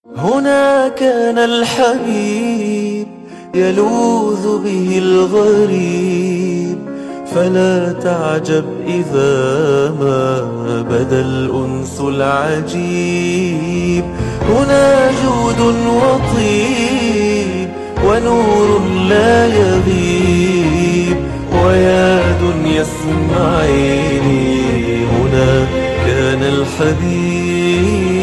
هنا كان الحبيب يلوذ به الغريب، فلا تعجب إذا ما بدا الأنس العجيب. هنا جود وطيب ونور لا يغيب، ويا دنيا اسمعيني هنا كان الحبيب.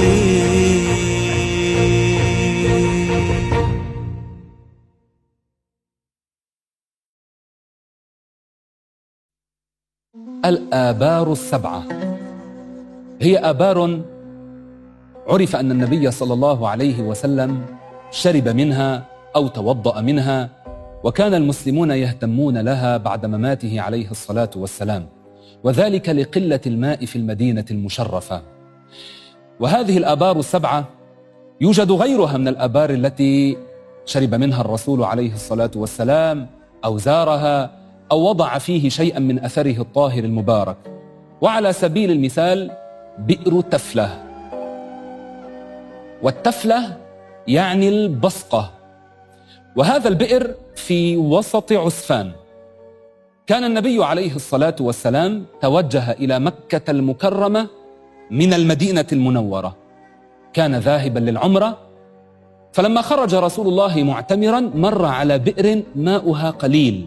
الآبار السبعة هي آبار عرف أن النبي صلى الله عليه وسلم شرب منها أو توضأ منها، وكان المسلمون يهتمون لها بعد مماته عليه الصلاة والسلام، وذلك لقلة الماء في المدينة المشرفة. وهذه الآبار السبعة يوجد غيرها من الآبار التي شرب منها الرسول عليه الصلاة والسلام أو زارها أو وضع فيه شيئا من أثره الطاهر المبارك. وعلى سبيل المثال بئر تفلة، والتفلة يعني البصقة، وهذا البئر في وسط عسفان. كان النبي عليه الصلاة والسلام توجه إلى مكة المكرمة من المدينة المنورة، كان ذاهبا للعمرة، فلما خرج رسول الله معتمرا مر على بئر ماؤها قليل،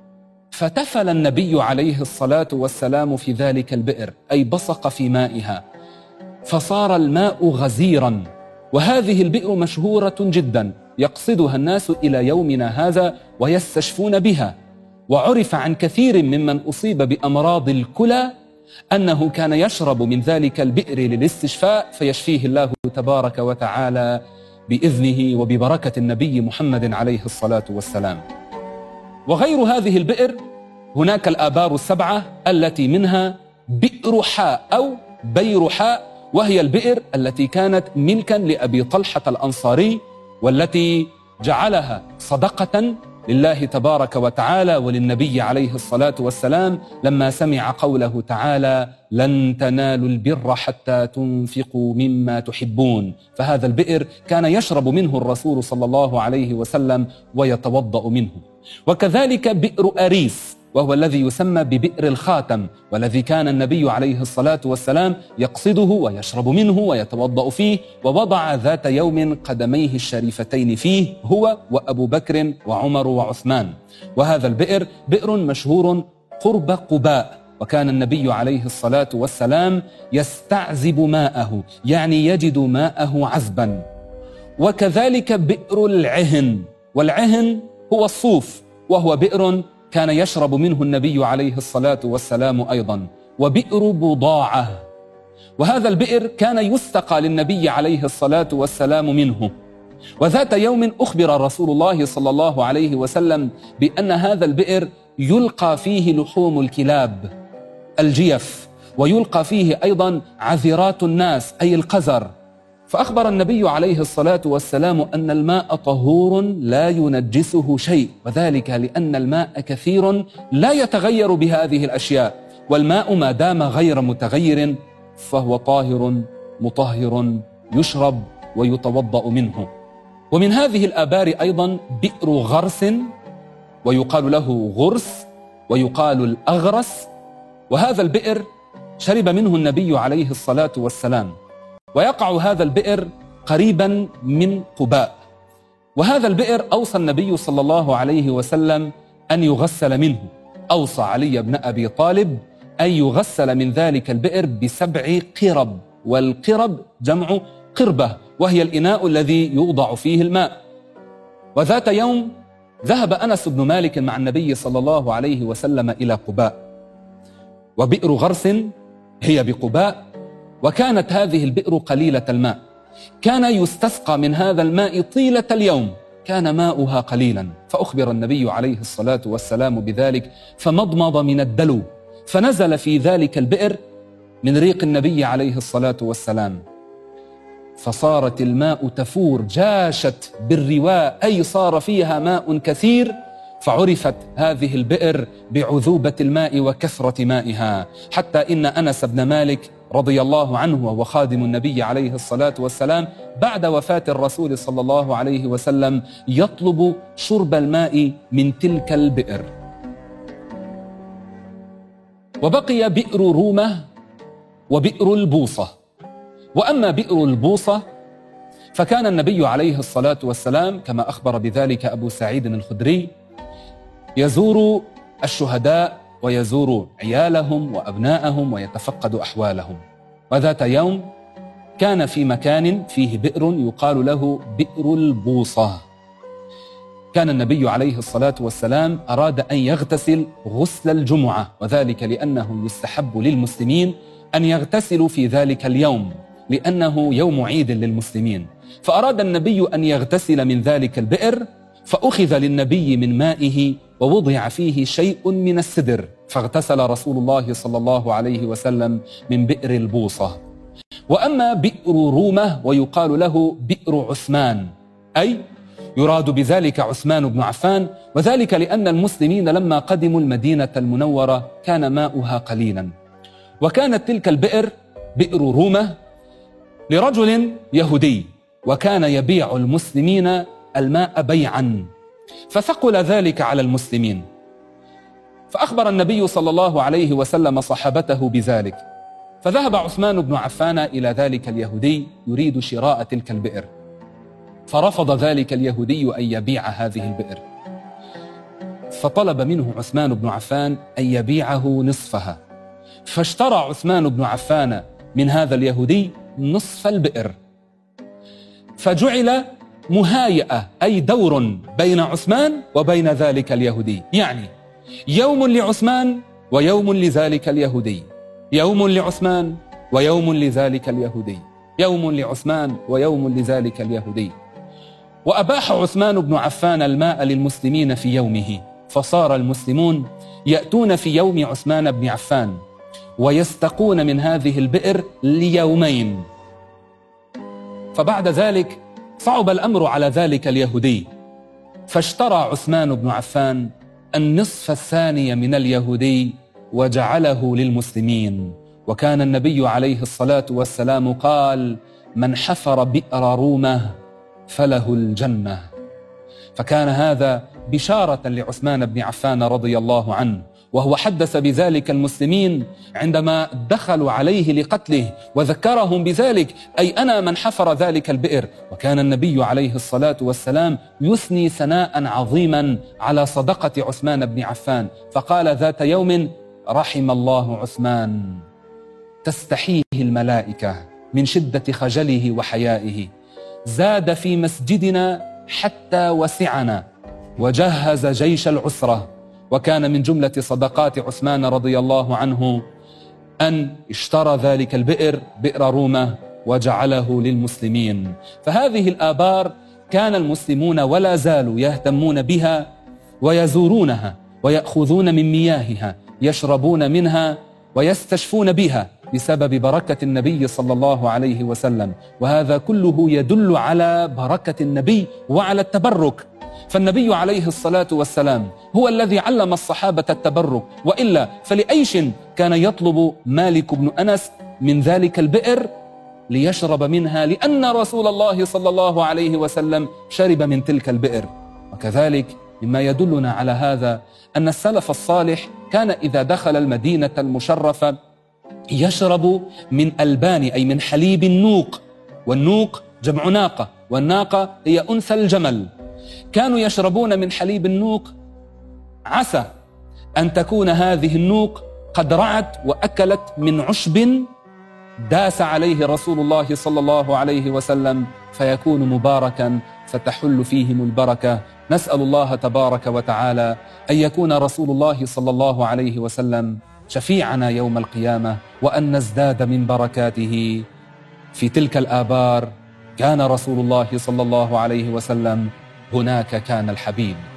فتفل النبي عليه الصلاة والسلام في ذلك البئر، أي بصق في مائها، فصار الماء غزيرا. وهذه البئر مشهورة جدا، يقصدها الناس إلى يومنا هذا ويستشفون بها. وعرف عن كثير ممن أصيب بأمراض الكلى أنه كان يشرب من ذلك البئر للاستشفاء، فيشفيه الله تبارك وتعالى بإذنه وببركة النبي محمد عليه الصلاة والسلام. وغير هذه البئر هناك الآبار السبعة التي منها بئر حاء أو بير حاء، وهي البئر التي كانت ملكا لأبي طلحة الأنصاري، والتي جعلها صدقة لله تبارك وتعالى وللنبي عليه الصلاة والسلام لما سمع قوله تعالى: لن تنالوا البر حتى تنفقوا مما تحبون. فهذا البئر كان يشرب منه الرسول صلى الله عليه وسلم ويتوضأ منه. وكذلك بئر أريس، وهو الذي يسمى ببئر الخاتم، والذي كان النبي عليه الصلاة والسلام يقصده ويشرب منه ويتوضأ فيه، ووضع ذات يوم قدميه الشريفتين فيه هو وأبو بكر وعمر وعثمان. وهذا البئر بئر مشهور قرب قباء، وكان النبي عليه الصلاة والسلام يستعذب ماءه، يعني يجد ماءه عذبا. وكذلك بئر العهن، والعهن هو الصوف، وهو بئر كان يشرب منه النبي عليه الصلاة والسلام أيضا. وبئر بضاعة، وهذا البئر كان يستقى للنبي عليه الصلاة والسلام منه. وذات يوم أخبر رسول الله صلى الله عليه وسلم بأن هذا البئر يلقى فيه لحوم الكلاب الجيف، ويلقى فيه أيضا عذرات الناس أي القذر. فأخبر النبي عليه الصلاة والسلام أن الماء طهور لا ينجسه شيء، وذلك لأن الماء كثير لا يتغير بهذه الأشياء، والماء ما دام غير متغير فهو طاهر مطهر يشرب ويتوضأ منه. ومن هذه الآبار أيضا بئر غرس، ويقال له غرس ويقال الأغرس، وهذا البئر شرب منه النبي عليه الصلاة والسلام. ويقع هذا البئر قريبا من قباء، وهذا البئر أوصى النبي صلى الله عليه وسلم أن يغسل منه، أوصى علي بن أبي طالب أن يغسل من ذلك البئر ب7 قرب، والقرب جمع قربة، وهي الإناء الذي يوضع فيه الماء. وذات يوم ذهب أنس بن مالك مع النبي صلى الله عليه وسلم إلى قباء، وبئر غرس هي بقباء، وكانت هذه البئر قليلة الماء، كان يستسقى من هذا الماء طيلة اليوم، كان ماؤها قليلا. فأخبر النبي عليه الصلاة والسلام بذلك، فمضمض من الدلو، فنزل في ذلك البئر من ريق النبي عليه الصلاة والسلام، فصارت الماء تفور، جاشت بالرواء، أي صار فيها ماء كثير، فعرفت هذه البئر بعذوبة الماء وكثرة مائها، حتى إن أنس بن مالك رضي الله عنه وهو خادم النبي عليه الصلاة والسلام بعد وفاة الرسول صلى الله عليه وسلم يطلب شرب الماء من تلك البئر. وبقي بئر رومة وبئر البوصة. وأما بئر البوصة فكان النبي عليه الصلاة والسلام كما أخبر بذلك أبو سعيد الخدري يزور الشهداء ويزور عيالهم وأبناءهم ويتفقد أحوالهم. وذات يوم كان في مكان فيه بئر يقال له بئر البوصة. كان النبي عليه الصلاة والسلام أراد أن يغتسل غسل الجمعة، وذلك لأنه يستحب للمسلمين أن يغتسلوا في ذلك اليوم لأنه يوم عيد للمسلمين. فأراد النبي أن يغتسل من ذلك البئر، فأخذ للنبي من مائه ووضع فيه شيء من السدر، فاغتسل رسول الله صلى الله عليه وسلم من بئر البوصة. وأما بئر رومة ويقال له بئر عثمان، أي يراد بذلك عثمان بن عفان، وذلك لأن المسلمين لما قدموا المدينة المنورة كان ماؤها قليلا. وكانت تلك البئر بئر رومة لرجل يهودي، وكان يبيع المسلمين الماء بيعا، فثقل ذلك على المسلمين. فأخبر النبي صلى الله عليه وسلم صحابته بذلك، فذهب عثمان بن عفان إلى ذلك اليهودي يريد شراء تلك البئر، فرفض ذلك اليهودي أن يبيع هذه البئر، فطلب منه عثمان بن عفان أن يبيعه نصفها، فاشترى عثمان بن عفان من هذا اليهودي نصف البئر، فجعل مهايئة أي دور بين عثمان وبين ذلك اليهودي، يعني يوم لعثمان ويوم لذلك اليهودي، يوم لعثمان ويوم لذلك اليهودي، يوم لعثمان ويوم لذلك اليهودي. وأباح عثمان بن عفان الماء للمسلمين في يومه، فصار المسلمون يأتون في يوم عثمان بن عفان ويستقون من هذه البئر ليومين. فبعد ذلك صعب الأمر على ذلك اليهودي، فاشترى عثمان بن عفان النصف الثاني من اليهودي وجعله للمسلمين. وكان النبي عليه الصلاة والسلام قال: من حفر بئر رومة فله الجنة. فكان هذا بشارة لعثمان بن عفان رضي الله عنه، وهو حدث بذلك المسلمين عندما دخلوا عليه لقتله وذكرهم بذلك، أي أنا من حفر ذلك البئر. وكان النبي عليه الصلاة والسلام يثني ثناء عظيما على صدقة عثمان بن عفان، فقال ذات يوم: رحم الله عثمان، تستحيه الملائكة من شدة خجله وحيائه، زاد في مسجدنا حتى وسعنا، وجهز جيش العسرة. وكان من جملة صدقات عثمان رضي الله عنه أن اشترى ذلك البئر، بئر رومة، وجعله للمسلمين. فهذه الآبار كان المسلمون ولا زالوا يهتمون بها ويزورونها ويأخذون من مياهها، يشربون منها ويستشفون بها بسبب بركة النبي صلى الله عليه وسلم. وهذا كله يدل على بركة النبي وعلى التبرك. فالنبي عليه الصلاة والسلام هو الذي علم الصحابة التبرك، وإلا فلأيش كان يطلب مالك بن أنس من ذلك البئر ليشرب منها؟ لأن رسول الله صلى الله عليه وسلم شرب من تلك البئر. وكذلك مما يدلنا على هذا أن السلف الصالح كان إذا دخل المدينة المشرفة يشرب من ألبان، أي من حليب النوق، والنوق جمع ناقة، والناقة هي أنثى الجمل. كانوا يشربون من حليب النوق، عسى أن تكون هذه النوق قد رعت وأكلت من عشب داس عليه رسول الله صلى الله عليه وسلم، فيكون مباركا فتحل فيهم البركة. نسأل الله تبارك وتعالى أن يكون رسول الله صلى الله عليه وسلم شفيعنا يوم القيامة، وأن نزداد من بركاته في تلك الآبار. كان رسول الله صلى الله عليه وسلم، هناك كان الحبيب.